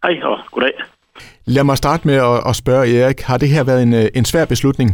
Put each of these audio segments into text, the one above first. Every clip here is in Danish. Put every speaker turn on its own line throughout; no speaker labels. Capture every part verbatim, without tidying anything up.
Hej og goddag.
Lad mig starte med at, at spørge Erik, har det her været en, en svær beslutning?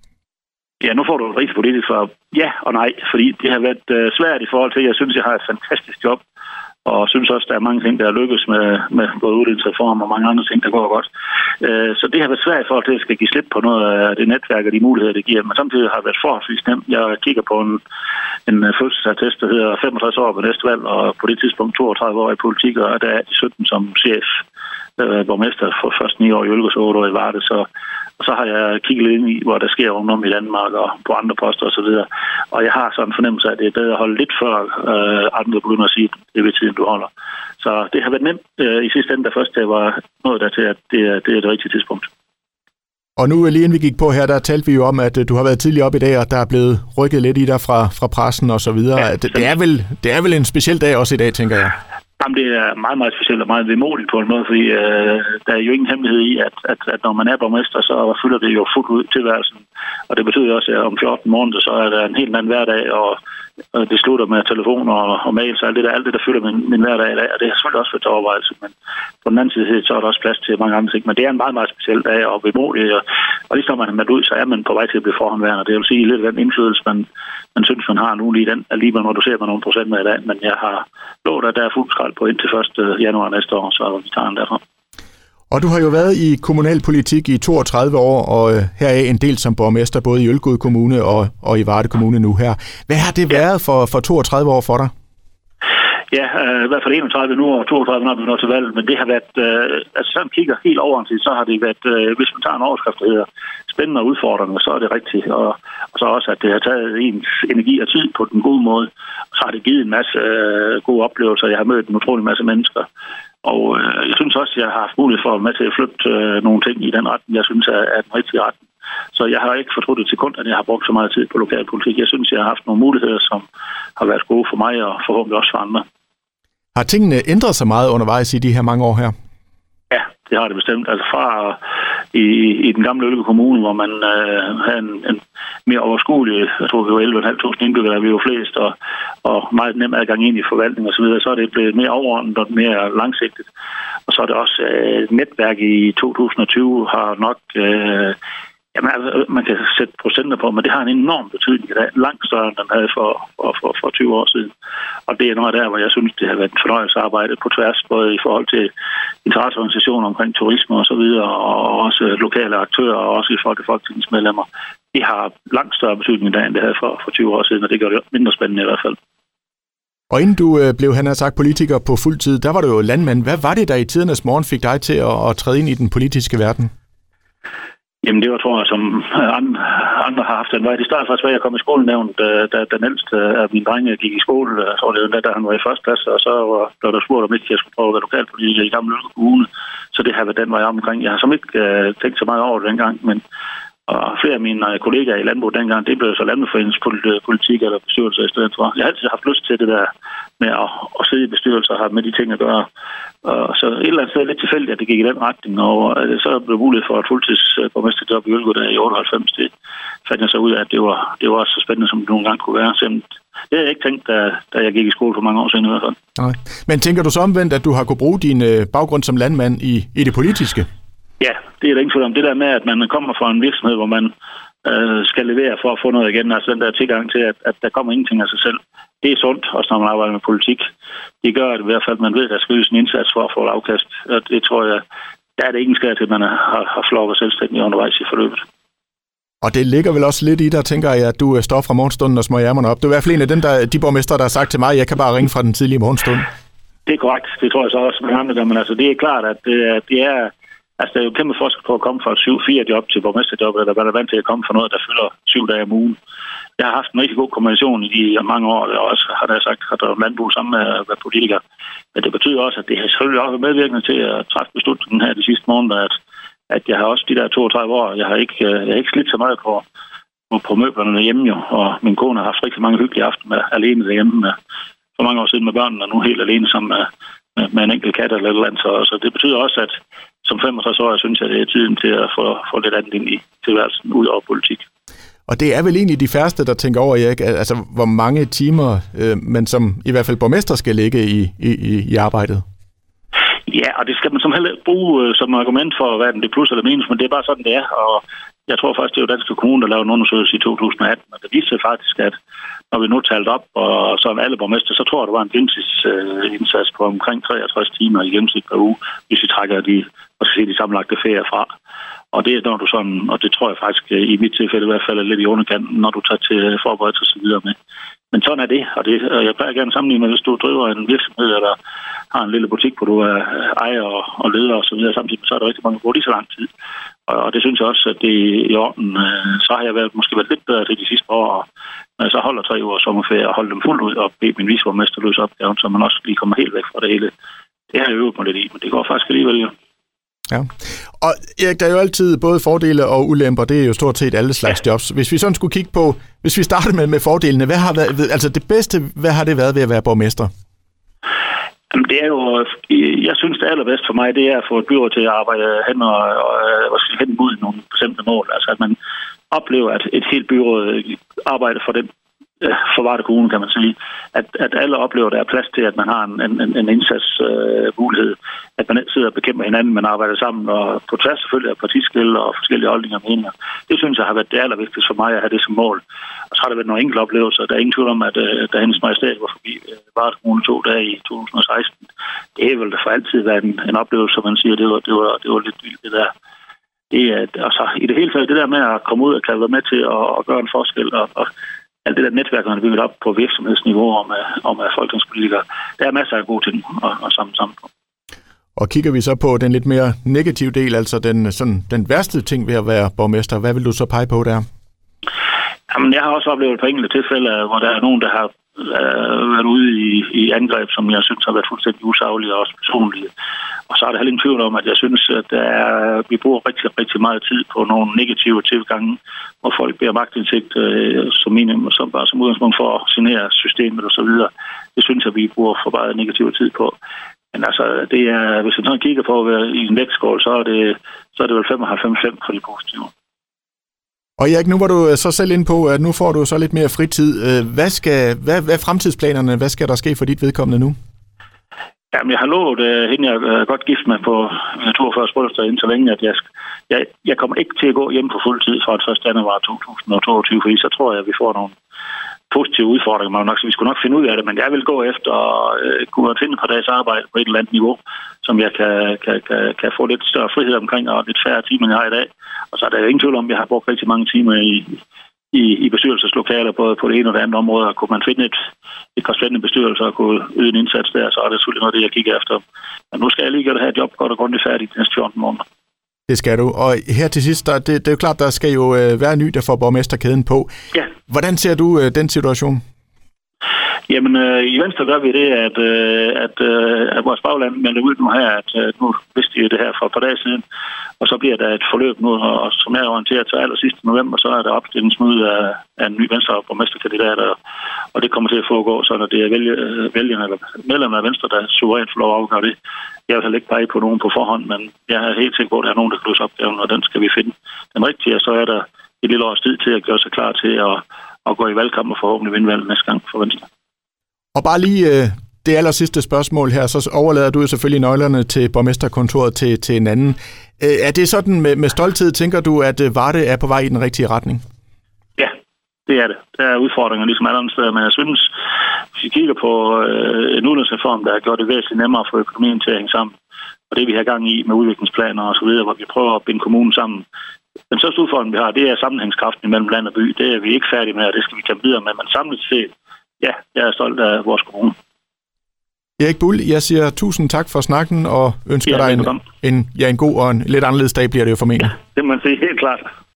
Ja, nu får du et rigtig politisk svar. Ja og nej, fordi det har været uh, svært i forhold til, at jeg synes, jeg har et fantastisk job, og synes også, der er mange ting, der er lykkes med, med både uddannelsesreform og mange andre ting, der går godt. Uh, så det har været svært i forhold til, at jeg skal give slip på noget af det netværk og de muligheder, det giver. Men samtidig har det været forholdsvis nemt. Jeg kigger på en, en fødselsattest, der hedder femogtres år ved næste valg, og på det tidspunkt toogtredive år i politik, og der er de sytten som chef. Øh, borgmester for først ni år i Ølgård, og otte år i Varde, så, og så har jeg kigget lidt ind i, hvor der sker rundt om i Danmark og på andre poster osv. Og, og jeg har sådan en fornemmelse af, at det er bedre at holde lidt før øh, andre begynder at sige, at det er ved tiden, du holder. Så det har været nemt øh, i sidste ende, der først det var noget der til, at det er, det er det rigtige tidspunkt.
Og nu lige inden vi gik på her, der talte vi jo om, at du har været tidligere op i dag, og der er blevet rykket lidt i dig fra, fra pressen og så videre. Ja, det, det, er vel, det er vel en speciel dag også i dag, tænker jeg.
Jamen, det er meget, meget specielt og meget vemodigt på en måde, fordi øh, der er jo ingen hemmelighed i, at, at, at når man er borgmester, så fylder det jo fuldt ud tilværelsen. Og det betyder også, at om fjorten måneder, så er der en helt anden hverdag, og, og det slutter med telefoner og, og mails og alt det der, alt det, der fylder min, min hverdag i dag. Og det har selvfølgelig også været til overvejelse, men på den anden side, så er der også plads til mange andre ting. Men det er en meget, meget speciel dag og vemodig, og, og lige når man er med ud, så er man på vej til at blive forhåndværende. Det vil sige lidt af den indflydelse, man, man synes, man har nu lige den, alligevel når du ser med nogle procenter i dag. Men jeg har lovet, at der er fuld skrald på indtil første januar næste år, så vi tager den derfra.
Og du har jo været i kommunalpolitik i toogtredive år, og heraf en del som borgmester, både i Ølgod Kommune og, og i Varde Kommune nu her. Hvad har det været for, for toogtredive år for dig?
Ja, øh, i hvert fald enogtredive nu og toogtredive når vi når til valget, men det har været, øh, altså sådan kigger helt over til, så har det været, øh, hvis man tager en overskrift, der hedder spændende og udfordrende, så er det rigtigt, og, og så også, at det har taget ens energi og tid på den gode måde, og så har det givet en masse øh, gode oplevelser, jeg har mødt en utrolig masse mennesker, og øh, jeg synes også, at jeg har haft mulighed for at være med til at flytte øh, nogle ting i den retning, jeg synes er, er den rigtige retning. Så jeg har ikke fortrudt et sekund, at jeg har brugt så meget tid på lokalpolitik. Jeg synes, jeg har haft nogle muligheder, som har været gode for mig og forhåbentlig også for andre.
Har tingene ændret sig meget undervejs i de her mange år her?
Ja, det har det bestemt. Altså fra i, i den gamle Ølgård Kommune, hvor man øh, havde en, en mere overskuelig, jeg tror vi var elleve tusind fem hundrede indbyggere, vi var flest, og, og meget nem adgang ind i forvaltning og så videre, så er det blevet mere overordnet og mere langsigtet. Og så er det også øh, netværk i to tusind og tyve har nok... Øh, Jamen, altså, man kan sætte procenter på, men det har en enorm betydning i dag, langt større end den havde for, for, for, for tyve år siden. Og det er noget der, hvor jeg synes, det har været en fornøjelsesarbejde på tværs, både i forhold til interesseorganisationer omkring turisme og så videre, og også lokale aktører, og også i forhold til folketingsmedlemmer. Det har langt større betydning i dag, end det havde for, for tyve år siden, og det gør det mindre spændende i hvert fald.
Og inden du øh, blev, han har sagt, politiker på fuld tid, der var du jo landmand. Hvad var det, der i tidernes morgen fik dig til at, at træde ind i den politiske verden?
Jamen det var, tror jeg, som andre, andre har haft den vej. Det startede faktisk, at jeg kom i skolenævnt, da, da den ældste af mine drenge gik i skole. Jeg tror, det var da han var i første klasse, og så var, blev der spurgt, om ikke jeg skulle prøve at være lokalpolitiker i gamle Ølgård Kommune. Så det har været den vej omkring. Jeg har som ikke uh, tænkt så meget over det dengang, men og flere af mine kollegaer i landbrug dengang, det blev så landbrugsforeningspolitik eller bestyrelser i stedet for. Jeg har altid haft lyst til det der med at, at sidde i bestyrelser og have med de ting at gøre. Og så et eller andet sted lidt tilfældigt, at det gik i den retning, og så blev mulighed for et fuldtidsborgmesterjob i Ølgård der i otteoghalvfems. Det fandt jeg så ud af, at det var, det var også så spændende, som det nogle gange kunne være. Så det havde jeg ikke tænkt, da, da jeg gik i skole for mange år siden i hvert fald.
Nej. Men tænker du så omvendt, at du har kunnet bruge din baggrund som landmand i, i det politiske?
Ja, det er der ingen tvivl om. Det der med, at man kommer fra en virksomhed, hvor man øh, skal levere for at få noget igen, altså den der tilgang til, at, at der kommer ingenting af sig selv. Det er sundt, også når man arbejder med politik. Det gør, at i hvert fald man ved, at der skal ydes en indsats for at få et afkast. Og det tror jeg, der er det ingen skade til, at man har, har flokket selvstændigt undervejs i forløbet.
Og det ligger vel også lidt i dig, tænker jeg, at du står fra morgenstunden og smøger ærmerne op. Du er i hvert fald en af dem, der, de borgmestre, der har sagt til mig, at jeg kan bare ringe fra den tidlige morgenstund. Det
er korrekt. Det tror jeg så også med andre gør, men altså det er klart, at det er, det er altså, der er jo kæmpe forskel på at komme fra et syv fire job til borgmesterjob, eller hvad der er vant til at komme fra noget, der fylder syv dage om ugen. Jeg har haft en rigtig god kombination i de mange år, og også har der sagt, at der er landbrug sammen med at være politiker. Men det betyder også, at det har selvfølgelig også været medvirkende til at træffe beslutningen her de sidste måneder, at, at jeg har også de der toogtredive år, jeg har ikke, jeg har ikke slidt så meget på, på, på møblerne derhjemme jo, og min kone har haft rigtig mange hyggelige aftener alene derhjemme med, for mange år siden med børnene, og nu helt alene sammen med, med, med en enkelt kat eller et eller andet. Så, så det betyder også, at som femogtres år, jeg synes, at det er tiden til at få, få lidt andet ind i tilværelsen ud over politik.
Og det er vel egentlig de færreste, der tænker over, Erik, altså hvor mange timer øh, man som i hvert fald borgmester skal lægge i, i, i arbejdet?
Ja, og det skal man som heller ikke bruge øh, som argument for, hvad det plus eller minus, men det er bare sådan, det er. Og jeg tror faktisk, det er jo Danske Kommune, der lavede en undersøgelse i to tusind og atten, og det viste sig faktisk, at når vi nu talte op, og så alle borgmester, så tror jeg, det var en gennemsnitsindsats på omkring treogtres timer i gennemsnit per uge, hvis vi trækker de, og skal sige, de sammenlagte ferier fra. Og det er når du sådan, og det tror jeg faktisk i mit tilfælde i hvert fald er lidt i underkanten, når du tager til forberedelse og så videre med. Men sådan er det, og, det, og jeg plejer gerne sammenligne med, hvis du driver en virksomhed, eller har en lille butik, hvor du er ejer og, og leder og så videre samtidig, så er der rigtig mange, der bruger lige så lang tid. Og, og det synes jeg også, at det er i orden. Så har jeg været, måske været lidt bedre til de sidste år, og når jeg så holder tre uger sommerferie og holder dem fuldt ud og beder min viceborgmester løse opgaven, så man også lige kommer helt væk fra det hele. Det har jeg øvet mig lidt i, men det går faktisk alligevel jo.
Ja, og Erik, der er jo altid både fordele og ulemper, det er jo stort set alle slags ja. jobs. Hvis vi sådan skulle kigge på, hvis vi starter med, med fordelene, hvad har været, altså det bedste, hvad har det været ved at være borgmester?
Jamen, det er jo, jeg synes det allerbedste for mig, det er at få et byråd til at arbejde hen og, og, og hen mod nogle bestemte mål. Altså at man oplever, at et helt byråd arbejder for den for Varde Kommune, kan man sige, at, at alle oplever, at der er plads til, at man har en, en, en indsatsmulighed, øh, at man ikke sidder og bekæmper hinanden, man arbejder sammen, og på tværs selvfølgelig af partiskil og forskellige holdninger og meninger. Det synes jeg har været det allervigtigste for mig at have det som mål. Og så har der været nogle enkelte oplevelser. Der er ingen tvivl om, at øh, da Hendes Majestæt var forbi øh, Varde Kommune to dage i to tusind og seksten, det er vel der for altid været en, en oplevelse, som man siger, det var, det var, det var lidt vildt det der. Det er, altså, i det hele taget, det der med at komme ud og kan være med til at, at gøre en forskel, og, og alt det der netværk, man har bygget op på virksomhedsniveau og med, og med folketingspolitikere, der er masser af gode ting at, at samle sammen på.
Og kigger vi så på den lidt mere negative del, altså den, sådan, den værste ting ved at være borgmester, hvad vil du så pege på der?
Jamen, jeg har også oplevet på enkelte tilfælde, hvor der er nogen, der har øh, været ude i, i angreb, som jeg synes har været fuldstændig usaglige og også personlige. Og så er der heller ingen tvivl om, at jeg synes, at der er, vi bruger rigtig, rigtig meget tid på nogle negative tilgange, hvor folk beder magtindsigt øh, som minimum, som bare som udgangspunkt for at signere systemet og så videre. Det synes jeg, vi bruger for meget negativ tid på. Men altså, det er, hvis man kigger på at i en vægtskål, så er det, så er det vel femoghalvfems procent for de positive.
Og Erik, nu var du så selv inde på, at nu får du så lidt mere fritid. Hvad skal, hvad, hvad er fremtidsplanerne? Hvad skal der ske for dit vedkommende nu?
Jamen, jeg har lovet uh, hende, jeg er godt gift med på min toogfyrre bryllupsdag indtil længe, at jeg, jeg, jeg kommer ikke til at gå hjem på fuld tid fra den første januar to tusind og toogtyve, fordi så tror jeg, at vi får nogle positive udfordringer. Nok, så vi skulle nok finde ud af det, men jeg vil gå efter at uh, kunne finde et par dages arbejde på et eller andet niveau, som jeg kan, kan, kan, kan få lidt større frihed omkring, og lidt færre timer, end jeg har i dag. Og så er der jo ingen tvivl om, at jeg har brugt rigtig mange timer i, i, i bestyrelseslokaler, både på det ene og det andet område, og kunne man finde et, et par spændende bestyrelser og kunne yde en indsats der, så er det selvfølgelig noget, det jeg kigger efter. Men nu skal jeg lige gøre det her job godt og grundigt færdigt de næste fjorten måneder.
Det skal du. Og her til sidst, der, det, det er jo klart, der skal jo øh, være ny, der får borgmesterkæden på.
Ja.
Hvordan ser du øh, den situation?
Jamen, øh, i Venstre gør vi det, at, øh, at, øh, at vores bagland melder ud nu her, at øh, nu vidste vi det her for et par dage siden, og så bliver der et forløb nu, og, og som jeg er orienteret til allersidste november, så er der opstillingsmøde af, af en ny Venstre-borgmesterkandidat, og, og det kommer til at foregå, så når det er vælge, vælgerne eller medlemmer af Venstre, der suverænt får lov at afgøre det. Jeg vil heller ikke pege på nogen på forhånd, men jeg er helt sikker på, at der er nogen, der kan løse opgaven, og den skal vi finde. Den rigtige, så er der et lille års tid til at gøre sig klar til at, at gå i valgkamp og forhåbentlig vinde valget næste gang for Venstre.
Og bare lige øh, det aller sidste spørgsmål her, så overlader du jo selvfølgelig nøglerne til borgmesterkontoret til, til en anden. Øh, er det sådan med, med stolthed, tænker du, at øh, Varde er på vej i den rigtige retning?
Ja, det er det. Der er udfordringer ligesom alle andre steder, men jeg synes, hvis vi kigger på øh, en uddannelsesreform, der har gjort det væsentligt nemmere at få økonomien til at hænge sammen, og det vi har gang i med udviklingsplaner og så videre, hvor vi prøver at binde kommunen sammen. Den største udfordring, vi har, det er sammenhængskraften mellem land og by. Det er vi ikke færdige med, og det skal vi kæmpe videre med, men samlet set, ja, jeg er stolt af vores kommune.
Erik Bull, jeg siger tusind tak for snakken og ønsker ja, dig en, en, ja, en god og en lidt anderledes dag bliver det jo formentlig.
Ja, det må man sige helt klart.